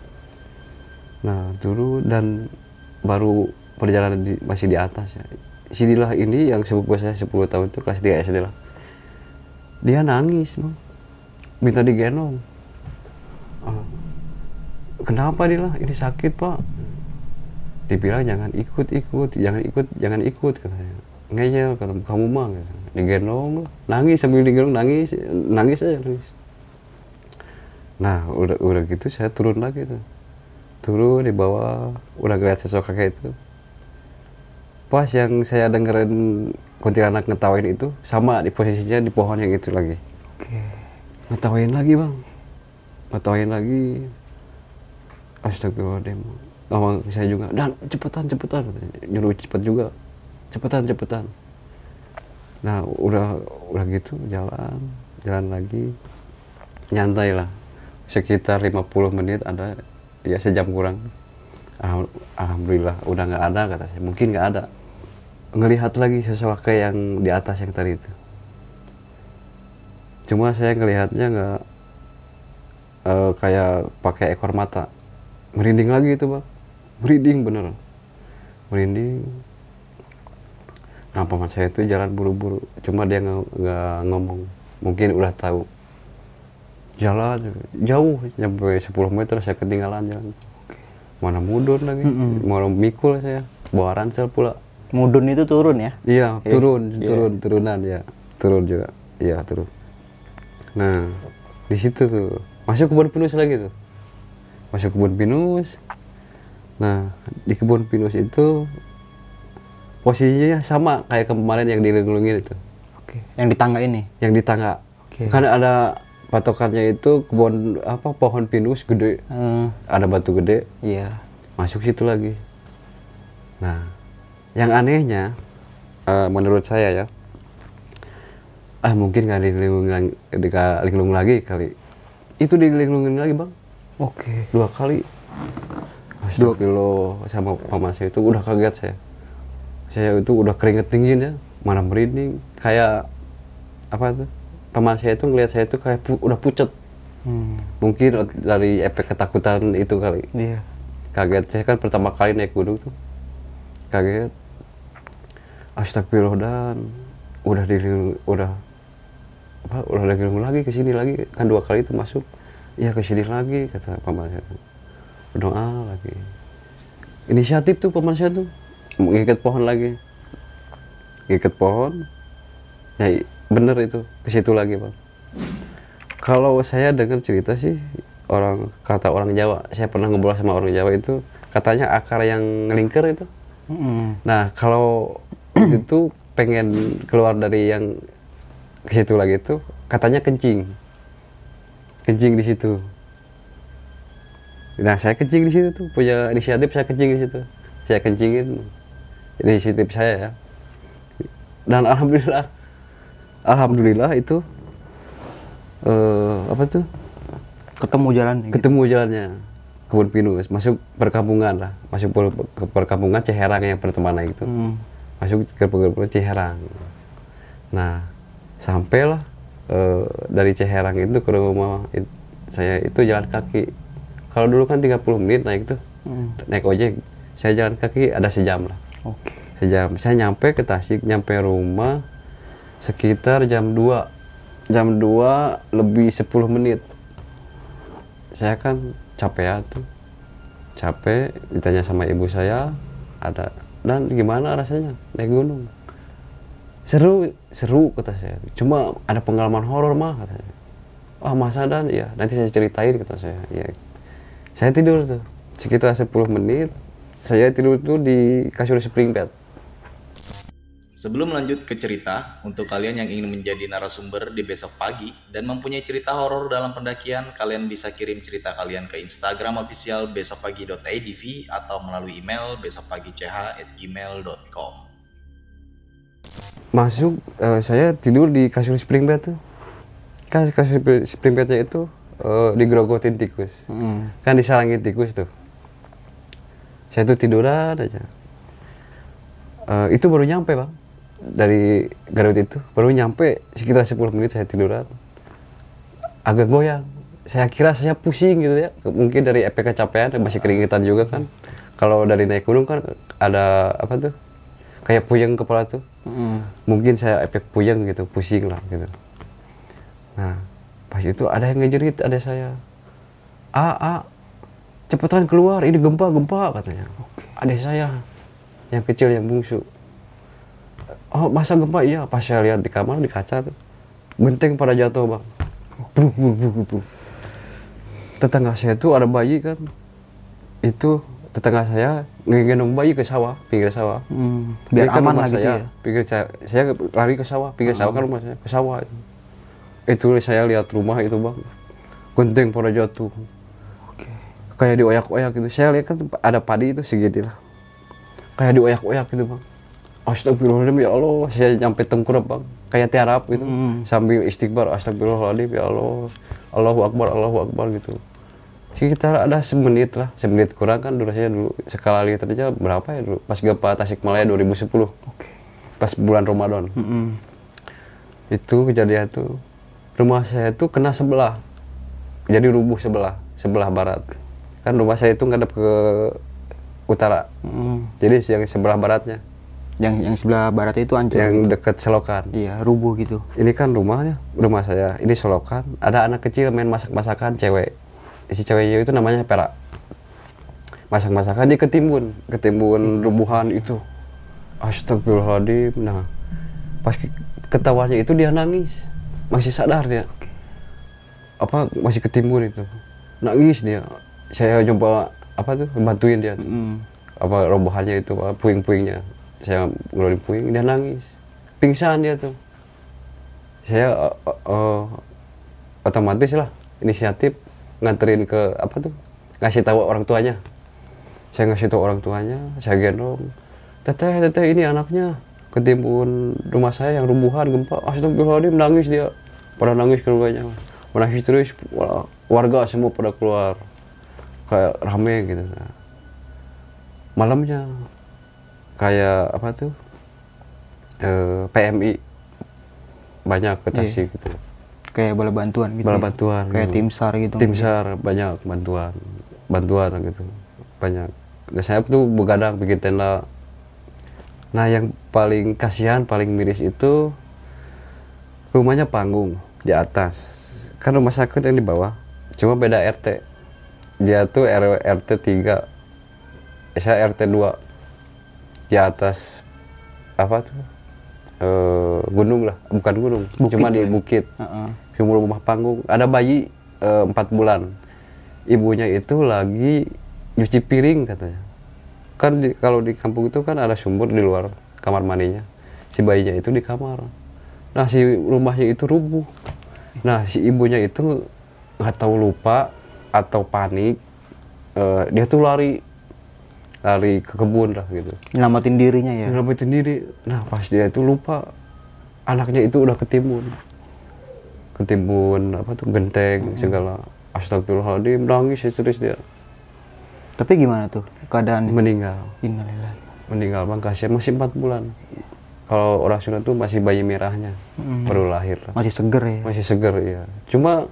Nah turun dan baru perjalanan di, masih di atas ya. Si Dila ini yang sepupu saya sepuluh tahun itu kelas tiga S D lah. Dia nangis bang. Minta digendong. Uh, Kenapa Dila? Ini sakit pak. Dibilang jangan ikut-ikut, jangan ikut, jangan ikut katanya. Ngeyel kata kamu mah gitu. Digendong, nangis sambil digendong nangis, nangis aja nangis. Nah udah udah gitu saya turun lagi tuh, turun di bawah, udah ngeliat sosok kakek itu. Pas yang saya dengerin kuntilanak ngetawain itu sama di posisinya di pohon yang itu lagi. Oke. Ngetawain lagi bang, ngetawain lagi. Astagfirullahaladzim. Ngomong saya juga, dan cepetan cepetan, nyuruh cepet juga, cepetan cepetan. Nah udah udah gitu jalan jalan lagi nyantai lah sekitar lima puluh menit ada ya sejam kurang. Alhamdulillah udah nggak ada kata saya, mungkin nggak ada. Ngelihat lagi sesuatu yang di atas yang tadi itu. Cuma saya ngelihatnya nggak uh, kayak pakai ekor mata, merinding lagi itu bang, merinding bener, merinding. Nah paman saya itu jalan buru-buru, cuma dia nggak ngomong, mungkin udah tahu. Jalan jauh, sampai sepuluh meter saya ketinggalan jalan. Mana mudun lagi, mm-hmm. mau mikul saya, bawa ransel pula. Mudun itu turun ya? Iya, turun, yeah. turun, turunan ya, turun juga, iya turun. Nah, di situ tuh, masuk kebun pinus lagi tuh, masuk kebun pinus. Nah, di kebun pinus itu posisinya sama kayak kemarin yang dilindungin itu. Oke. Yang di tangga ini? Yang di tangga. Oke. Karena ada patokannya itu kebun apa pohon pinus gede. Hmm. Ada batu gede. Iya. Masuk situ lagi. Nah, yang anehnya uh, menurut saya ya, ah mungkin nggak dilindungi dilindungi lagi kali, itu dilindungi lagi bang. Oke. Okay. Dua kali. Astagfirullah, sama paman saya itu udah kaget saya. Saya itu udah keringet dingin ya, mana merinding, kayak apa tuh? Paman saya itu ngelihat saya itu kayak pu- udah pucet. Hmm. Mungkin dari efek ketakutan itu kali. Iya. Kaget, saya kan pertama kali naik gunung tuh. Kaget. Astagfirullah, dan udah di udah apa udah lagi lagi ke sini lagi, kan dua kali itu masuk. Iya ke sini lagi kata paman saya. Doa lagi. Inisiatif tuh paman saya tuh mengikat pohon lagi. Ngikat pohon. Ya bener itu, ke situ lagi, Bang. Kalau saya dengar cerita sih, orang kata orang Jawa, saya pernah ngobrol sama orang Jawa itu, katanya akar yang ngelingker itu. Mm-hmm. Nah, kalau itu pengen keluar dari yang ke situ lagi itu, katanya kencing. Kencing di situ. Nah, saya kencing di situ tuh, punya inisiatif saya kencing di situ. Saya kencingin inisiatif saya ya. Dan alhamdulillah alhamdulillah itu uh, apa tuh? Ketemu jalan. Ketemu gitu. Jalannya. Kebun pinus, masuk perkampungan lah, masuk per, ke perkampungan Ciherang yang pertama itu. Hmm. Masuk ke perkampungan Ciherang. Nah, sampailah uh, dari Ciherang itu ke rumah it, saya itu jalan kaki. Kalau dulu kan tiga puluh menit naik tuh. Hmm. Naik ojek. Saya jalan kaki ada sejam lah. Oke. Okay. Sejam. Saya nyampe ke Tasik, nyampe rumah sekitar jam dua. Jam dua lebih sepuluh menit. Saya kan capek ya tuh. Capek, ditanya sama ibu saya, ada dan gimana rasanya naik gunung? Seru, seru kata saya. Cuma ada pengalaman horor mah katanya. Wah, masa dan ya, nanti saya ceritain kata saya. Ya. Saya tidur tuh sekitar sepuluh menit. Saya tidur tuh di kasur spring bed. Sebelum lanjut ke cerita, untuk kalian yang ingin menjadi narasumber di besok pagi dan mempunyai cerita horor dalam pendakian, kalian bisa kirim cerita kalian ke Instagram official besokpagi dot i d v atau melalui email besokpagi c h at gmail dot com. Masuk, uh, saya tidur di kasur spring bed tuh. Kan kasur spring bednya itu uh, digerogotin tikus. Hmm. Kan disarangin tikus tuh. Saya tuh tiduran aja. Uh, itu baru nyampe bang. Dari Garut itu baru nyampe sekitar sepuluh menit saya tiduran, agak goyang. Saya kira saya pusing gitu ya, mungkin dari efek kecapean, masih keringetan juga kan. Kalau dari naik gunung kan ada apa tuh, kayak puyeng kepala tuh. Mm. Mungkin saya efek puyeng gitu, pusing lah gitu. Nah pas itu ada yang ngejerit ada saya, a a cepetan keluar, ini gempa gempa katanya. Ada saya yang kecil yang bungsu. Oh masa gempa? Iya, pas saya lihat di kamar di kaca tuh genteng pada jatuh bang. Bruk, bruk, bruk, bruk. Tetangga saya tuh ada bayi kan, itu tetangga saya ngegendong bayi ke sawah, pinggir sawah. Hmm, biar kan aman lah gitu ya. Pinggir saya, saya lari ke sawah, pinggir hmm. sawah kan rumah saya, ke sawah. Itu saya lihat rumah itu bang, genteng pada jatuh. Okay. Kayak dioyak-oyak gitu. Saya lihat kan ada padi itu segini lah, kayak dioyak-oyak gitu bang. Astagfirullahaladzim ya Allah, saya sampai tengkurap bang, kayak tiarap gitu, mm. sambil istighfar, astagfirullahaladzim ya Allah, Allahu Akbar, Allahu Akbar gitu. Sekitar ada semenit lah, semenit kurang kan durasinya dulu, skala Richter aja berapa ya dulu, pas gempa Tasikmalaya dua ribu sepuluh, okay. Pas bulan Ramadan. Mm-hmm. Itu kejadian tuh, rumah saya tuh kena sebelah, jadi rubuh sebelah, sebelah barat. Kan rumah saya itu ngadep ke utara, mm. jadi yang sebelah baratnya. Yang yang sebelah barat itu hancur. Yang dekat selokan. Iya, rubuh gitu. Ini kan rumahnya, rumah saya. Ini selokan. Ada anak kecil main masak-masakan cewek. Si ceweknya itu namanya Perak. Masak-masakan dia ketimbun, ketimbun rubuhan itu. Astagfirullahaladzim. Nah, pas ketawanya itu dia nangis. Masih sadar dia. Apa masih ketimbun itu. Nangis dia. Saya coba apa tuh bantuin dia tuh. Mm. Apa robohannya itu, apa, puing-puingnya. Saya ngeluarin puing, dia nangis, pingsan dia tuh. Saya uh, uh, otomatis lah inisiatif nganterin ke apa tuh, ngasih tahu orang tuanya. Saya ngasih tahu orang tuanya, saya gendong, teteh teteh ini anaknya ketimbun rumah saya yang rubuhan gempa. Astagfirullahaladzim, nangis dia, pada nangis keluarganya, menangis terus, warga semua pada keluar, kayak rame gitu. Malamnya kayak apa tuh, e, P M I banyak ke Tasik, yeah. gitu. Kayak bala bantuan gitu. Bala bantuan. Kayak gitu. tim SAR gitu. Tim SAR banyak bantuan, bantuan gitu, banyak. Dan saya tuh begadang bikin tenda. Nah yang paling kasihan, paling miris itu rumahnya panggung di atas. Kan rumah sakit yang di bawah, cuma beda R T. Dia tuh R T tiga, saya R T dua. Di atas apa tuh? E, gunung lah, bukan gunung, bukit cuma di bukit. Uh-uh. Cuma rumah panggung. Ada bayi e, empat bulan. Ibunya itu lagi nyuci piring katanya. Kan di, kalau di kampung itu kan ada sumur di luar kamar mandinya. Si bayinya itu di kamar. Nah si rumahnya itu rubuh. Nah si ibunya itu nggak tahu lupa atau panik. E, dia tuh lari lari ke kebun lah gitu. Nyelamatin dirinya ya? Nyelamatin diri. Nah pas dia itu lupa, anaknya itu udah ketimbun. Ketimbun apa tuh, genteng, hmm. segala. Astagfirullahaladzim, nangis histeris dia. Tapi gimana tuh keadaan? Meninggal. Innalillah. Meninggal bang, kasihan, masih empat bulan. Kalau orang Sunda tuh masih bayi merahnya, hmm. baru lahir. Masih seger ya? Masih seger ya. Cuma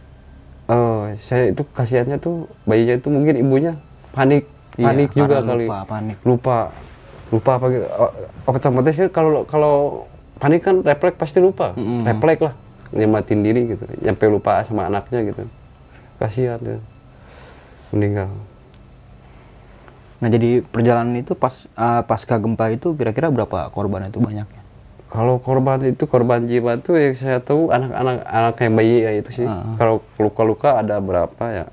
uh, saya itu kasihannya tuh bayinya itu mungkin ibunya panik. Panik iya, juga kali, lupa, panik. lupa, lupa apa? Otomatis kan kalau kalau panik kan refleks pasti lupa, mm-hmm. refleks lah, nyematin diri gitu, nyampe lupa sama anaknya gitu, kasihan dia, meninggal. Nah jadi perjalanan itu pas uh, pasca gempa itu kira-kira berapa korban itu banyaknya? Kalau korban itu korban jiwa tuh yang saya tahu anak-anak anak yang bayi ya itu sih. Uh-huh. Kalau luka-luka ada berapa ya?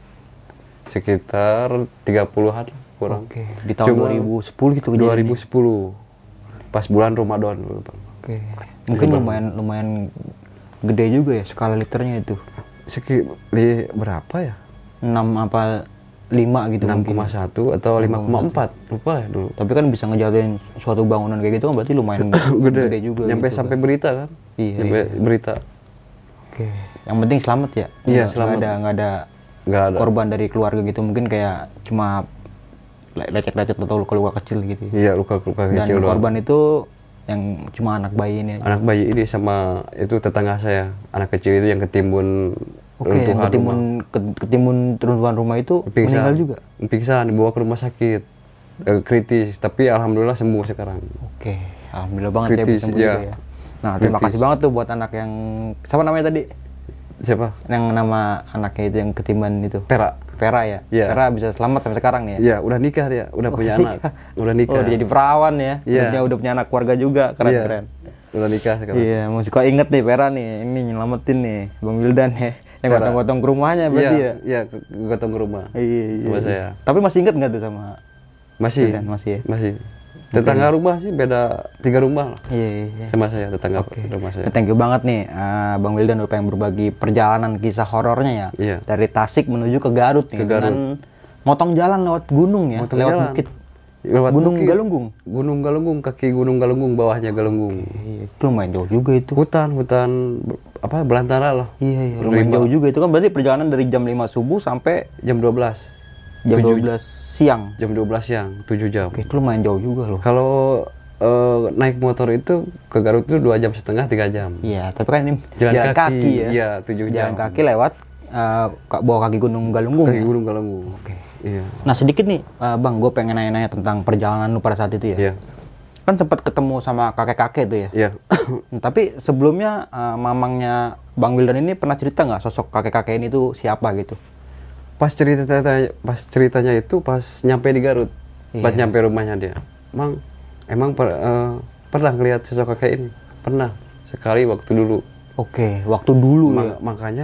Sekitar tiga puluhan kurang. Oke. Di tahun cuma dua ribu sepuluh itu kejadian. dua ribu sepuluh. Pas bulan Ramadan dulu, Bang. Oke. Mungkin lumayan lumayan gede juga ya skala liternya itu. Seki li, berapa ya? enam apa lima gitu enam koma satu atau lima koma empat, lupa ya dulu. Tapi kan bisa ngejatuhin suatu bangunan kayak gitu kan berarti lumayan gede, gede juga. Nyampe gitu, sampai kan? Berita kan? Iya. Nyampe iya. berita. Oke. Yang penting selamat ya? Iya, selamat. Nggak ada nggak ada Nggak ada korban dari keluarga gitu, mungkin kayak cuma lecet-lecet atau luka-luka kecil gitu. Iya, luka-luka kecil. Dan korban doang. Itu yang cuma anak bayi ini. Anak bayi ini sama itu tetangga saya, anak kecil itu yang ketimbun Oke, okay, yang ketimbun rumah. ketimbun runtuhan rumah itu pingsan, meninggal juga. Pingsan, dibawa ke rumah sakit. Eh, kritis, tapi alhamdulillah sembuh sekarang. Oke, okay. Alhamdulillah banget kritis, ya sembuh ya. juga ya. Nah, terima kasih banget tuh buat anak yang siapa namanya tadi? Siapa? Yang nama anaknya itu yang ketimban itu. Pera. Pera ya? Yeah. Pera bisa selamat sampai sekarang nih ya? Iya, udah nikah dia, udah oh, punya nikah. anak. Udah nikah. Oh, dia jadi perawan ya? Iya. Yeah. Udah punya anak keluarga juga, keren-keren. Yeah. Udah nikah sekarang. Iya, yeah, mau suka inget nih Pera nih, ini nyelamatin nih, Bang Wildan ya. Yang gotong-gotong ke rumahnya berarti yeah, ya? Iya, yeah, gotong ke rumah. Iya, iya. Sama saya. Tapi masih inget nggak tuh sama? Masih. Wildan? Masih ya? Masih. Tetangga rumah sih beda tiga rumah lah. Iya, iya. Sama saya, tetangga okay. rumah saya. Thank you banget nih uh, Bang Wildan udah pengen berbagi perjalanan kisah horornya ya. Iya. Dari Tasik menuju ke Garut nih. Ke Garut. Dengan motong jalan lewat gunung ya, motong lewat jalan. bukit. Lewat Gunung bukit. Galunggung. Gunung Galunggung, kaki Gunung Galunggung, bawahnya Galunggung. Okay. Itu lumayan jauh juga itu. Hutan, hutan apa belantara lah. Iya, iya. Lumayan jauh juga itu kan berarti perjalanan dari jam lima subuh sampai jam dua belas. Jam dua belas siang. Jam dua belas siang, tujuh jam. Oke, itu lumayan jauh juga loh. Kalau uh, naik motor itu ke Garut itu dua jam setengah, tiga jam. Iya, tapi kan ini jalan, jalan kaki, kaki ya. Iya, tujuh jam. Jalan kaki lewat uh, bawah kaki Gunung Galunggung. Kaki ya? Gunung Galunggung. Oke. Iya. Nah sedikit nih, uh, Bang, gue pengen nanya-nanya tentang perjalanan lu pada saat itu ya. Iya. Kan sempat ketemu sama kakek-kakek tuh ya. Iya. Nah, tapi sebelumnya uh, mamangnya Bang Wildan ini pernah cerita nggak sosok kakek-kakek ini tuh siapa gitu? Pas cerita pas ceritanya itu pas nyampe di Garut, iya. Pas nyampe rumahnya dia, Mang, emang per, uh, pernah ngeliat sosok kakek ini? Pernah sekali waktu dulu. Oke, waktu dulu Ma- ya. Makanya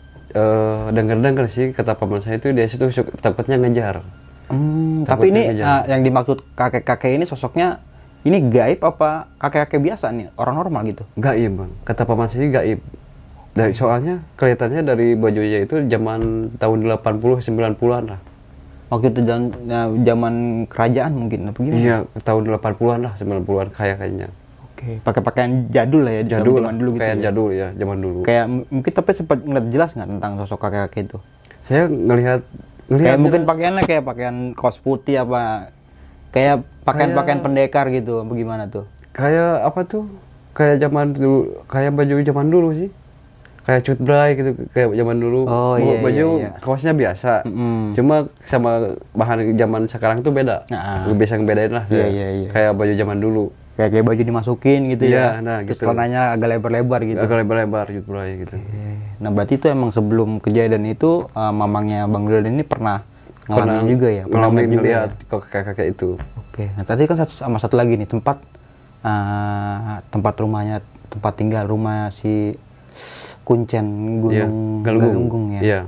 uh, dengar-dengar sih kata paman saya itu dia situ takutnya ngejar. Hmm, tapi ini uh, yang dimaksud kakek-kakek ini sosoknya ini gaib apa kakek-kakek biasa nih, orang normal gitu? Gaib, Bang. Kata paman saya gaib. Dari soalnya kelihatannya dari bajunya itu zaman tahun delapan puluh sembilan puluhan lah. Waktu itu zaman kerajaan mungkin apa gimana? Iya, tahun delapan puluhan lah, sembilan puluhan kayak kayaknya. Oke, pakai pakaian jadul lah ya, jadul zaman dulu gitu. Kayak ya. jadul ya, zaman dulu. Kayak m- mungkin tapi sempat ngeliat jelas nggak tentang sosok kakek-kakek itu? Saya ngelihat ngelihat Kayak mungkin jelas. pakaiannya kayak pakaian kaos putih apa kayak pakaian-pakaian pendekar gitu, bagaimana tuh? Kayak apa tuh? Kayak zaman dulu, kayak baju zaman dulu sih. Kayak cut bray gitu, kayak zaman dulu. Oh, iya, baju iya, iya. kaosnya biasa. Mm-mm. Cuma sama bahan zaman sekarang tuh beda. Nah, Lebih bisa ngebedain lah. Iya, saya. iya, iya. Kayak baju zaman dulu. Kayak kayak baju dimasukin gitu Iya, ya. nah, Terus gitu. celananya agak lebar-lebar gitu. Agak lebar-lebar cut bray gitu. Nah, berarti itu emang sebelum kejadian itu uh, mamangnya Bang Wildan ini pernah ngalamin juga ya? Pernah ngalamin juga ngelihat ya? kok kakek-kakek itu. Oke. Nah, tadi kan satu sama satu lagi nih tempat uh, tempat rumahnya, tempat tinggal rumah si Kuncen Gunung Iya, Galunggung. Galunggung ya. Iya.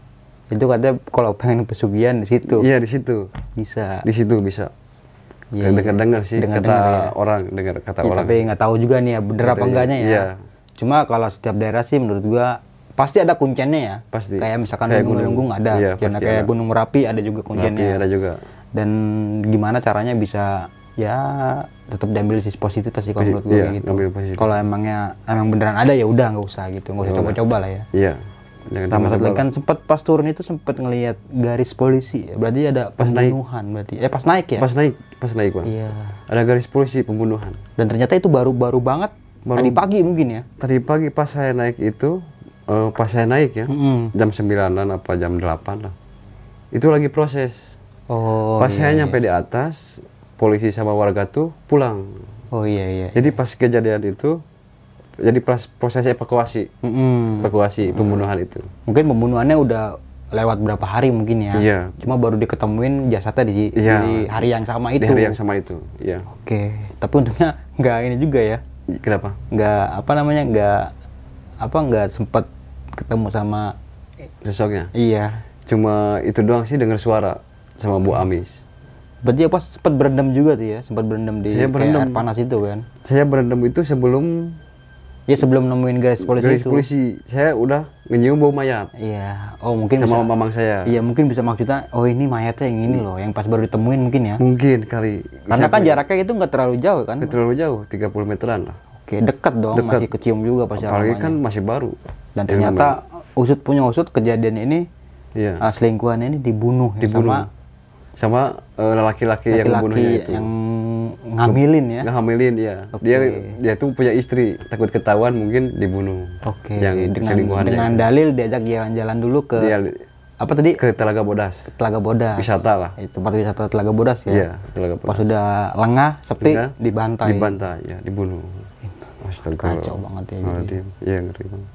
Itu katanya kalau pengen pesugihan di situ. Iya, di situ. Bisa. Di situ bisa. Iya, Dengar-dengar sih dengar-dengar kata ya. orang, dengar kata Ya, orang. tapi nggak tahu juga nih ya bener apa Katanya, enggaknya ya. iya. Cuma kalau setiap daerah sih menurut gua pasti ada kuncennya ya. Pasti. Kayak misalkan Kayak Gunung gunung. Galunggung ada, Iya, karena pasti kayak ada. Gunung Merapi ada juga kuncennya. Merapi ada juga. Dan gimana caranya bisa ya tetap diambil sisi positif pasti kalau Posi- menurut gue iya, kayak gitu. ngambil positif. Kalau emangnya emang beneran ada ya udah nggak usah gitu, nggak usah Nggak coba-coba lah ya. Iya. Jangan Sama satu coba-coba lagi kan sempat pas turun itu sempat ngelihat garis polisi, ya. Berarti ada Pas naik. pembunuhan berarti. Eh pas naik ya? Pas naik, pas naik bang. Iya. Ada garis polisi pembunuhan. Dan ternyata itu baru-baru banget. Baru- Tadi pagi mungkin ya. Tadi pagi pas saya naik itu, eh, pas saya naik ya, Mm-mm. jam sembilanan apa jam delapan lah. Itu lagi proses. Oh. pas iya, saya iya. nyampe di atas, polisi sama warga tuh pulang. Oh iya iya. Jadi pas kejadian itu, jadi pas proses evakuasi, Mm-mm. evakuasi pembunuhan itu. Mungkin pembunuhannya udah lewat berapa hari mungkin ya. Iya. Cuma baru diketemuin jasadnya di, Iya. di hari yang sama itu. Di hari yang sama itu, iya. Oke. Tapi untungnya nggak ini juga ya. Kenapa? Nggak apa namanya nggak apa nggak sempat ketemu sama Sosoknya. iya. Cuma itu doang sih dengar suara sama Bu Amis. Berarti apa sempat berendam juga tuh ya, sempat berendam di Saya kayak berendam. air panas itu kan. Saya berendam itu sebelum Ya sebelum nemuin garis polisi garis itu. polisi. Saya udah nyium bau mayat Iya. Oh mungkin sama bisa, mamang saya. Iya mungkin bisa maksudnya oh ini mayatnya yang ini loh, yang pas baru ditemuin mungkin ya. Mungkin kali. Karena Saya kan punya- jaraknya itu nggak terlalu jauh kan. nggak terlalu jauh, tiga puluh meteran lah. Oke, dekat dong, Dekat. masih kecium juga pasti Apalagi aromanya. kan masih baru. Dan Ya, ternyata usut punya usut kejadian ini Iya. uh, selingkuhannya ini dibunuh, ya, Dibunuh. sama Sama eh, laki-laki yang membunuhnya laki-laki itu. yang ngamilin ya. Ngehamilin ya. Oke. Dia dia tuh punya istri, takut ketahuan mungkin dibunuh. Oke. Yang dengan selingkuhannya dengan itu. dalil diajak jalan-jalan dulu ke Dia apa tadi? ke Telaga Bodas. Telaga Bodas. Wisata lah. Eh, tempat wisata Telaga Bodas ya. Iya, Telaga Pas Bodas. sudah lengah, sepi, Sehingga dibantai. Dibantai, ya, dibunuh. Astaga. Kacau banget ya, Astagfirullahaladzim. Iya, ngeri banget.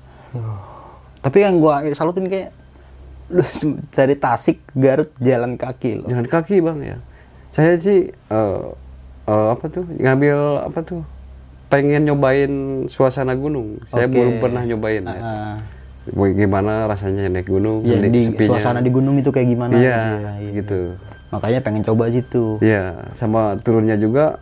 Tapi yang gua salutin kayak lu sem- dari Tasik ke Garut jalan kaki loh. Jalan kaki bang ya. Saya sih eh, eh, apa tuh ngambil apa tuh pengen nyobain suasana gunung. Saya Oke. belum pernah nyobain. ya. Ah, Gimana rasanya naik gunung? ya, naik di sepinya. suasana di gunung itu kayak gimana? Iya, Iya, iya. gitu. Makanya pengen coba situ. Iya, sama turunnya juga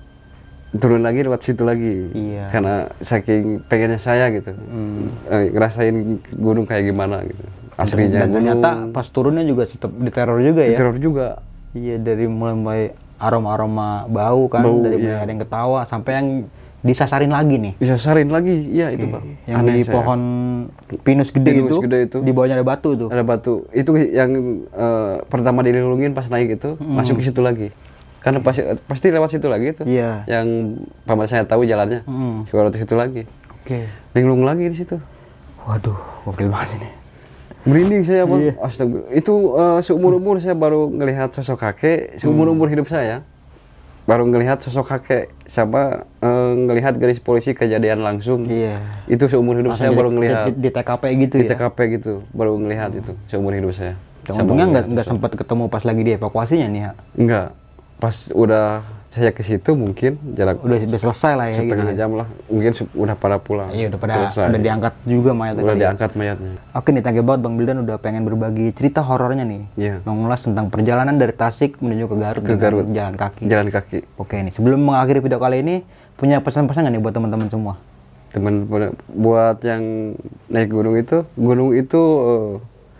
turun lagi lewat situ lagi. Iya. Karena saking pengennya saya gitu. Hmm. Eh, ngerasain gunung kayak gimana gitu. Aslinya Dan gunung. ternyata pas turunnya juga tetap diteror juga ya. diteror juga. Iya, dari mulai mulai aroma-aroma bau kan, Bau, dari mulai iya. ada yang ketawa sampai yang disasarin lagi nih. Bisa sarin lagi, iya itu bang. Yang Aneh di saya. pohon pinus gede, Pinus itu, gede itu. di bawahnya ada batu tuh. Ada batu. Itu yang eh, pertama dilindungin pas naik itu masuk ke situ lagi. Karena pasti pasti lewat situ lagi itu. Iya. Yang paman saya tahu jalannya. Hmm. Lewat situ lagi. Oke. Linglung lagi di situ. Waduh, gokil banget ini. Merinding saya bang. Iya. Astaga. Itu eh, seumur umur saya baru ngelihat sosok kakek. Seumur umur hidup saya baru ngelihat sosok kakek sama eh, ngelihat garis polisi kejadian langsung. Iya. Itu seumur hidup Langsung saya di- baru ngelihat. di, di T K P gitu Di ya. T K P gitu baru ngelihat itu seumur hidup saya. Dan Sama untungnya nggak ngelihat nggak sosok. sempat ketemu pas lagi dievakuasinya nih ya. Enggak. Pas udah saya ke situ mungkin jarak Udah udah selesai lah ya. setengah gitu ya. jam lah. Mungkin su- udah pada pulang. Iya udah pada Selesai. udah diangkat juga mayatnya. Udah kali ya. diangkat mayatnya. Oke nih, thank you banget Bang Wildan udah pengen berbagi cerita horornya nih. Iya. Mengulas tentang perjalanan dari Tasik menuju ke Garut Ke dengan Garut. jalan kaki. Jalan kaki. Oke nih, sebelum mengakhiri video kali ini punya pesan-pesan nggak nih buat teman-teman semua? Teman buat yang naik gunung itu, gunung itu eh,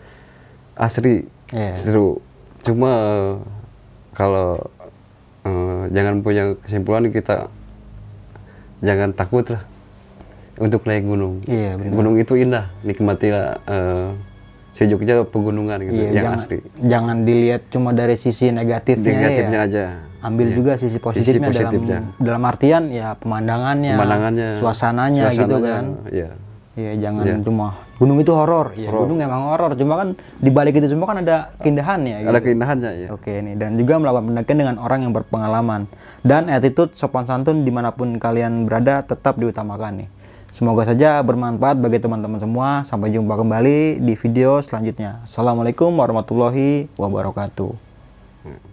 asri, Iya. seru. Cuma eh, kalau eh, jangan punya kesimpulan kita jangan takut lah untuk naik gunung. Iya, benar. Gunung itu indah, nikmatilah uh, sejuknya pegunungan gitu, Iya, yang jangan, asli. Jangan dilihat cuma dari sisi negatifnya, Negatifnya ya. aja. Ambil iya. juga sisi positifnya, sisi positifnya. dalam dalam artian ya pemandangannya, pemandangannya suasananya, suasananya gitu kan. Iya. Iya, jangan Iya. cuma gunung itu horor. Ya, gunung emang horor, cuma kan di balik itu semua kan ada keindahannya. Ada gitu. keindahannya ya. Oke nih, dan juga melakukan pendakian dengan orang yang berpengalaman dan attitude sopan santun dimanapun kalian berada tetap diutamakan nih. Semoga saja bermanfaat bagi teman-teman semua. Sampai jumpa kembali di video selanjutnya. Assalamualaikum warahmatullahi wabarakatuh.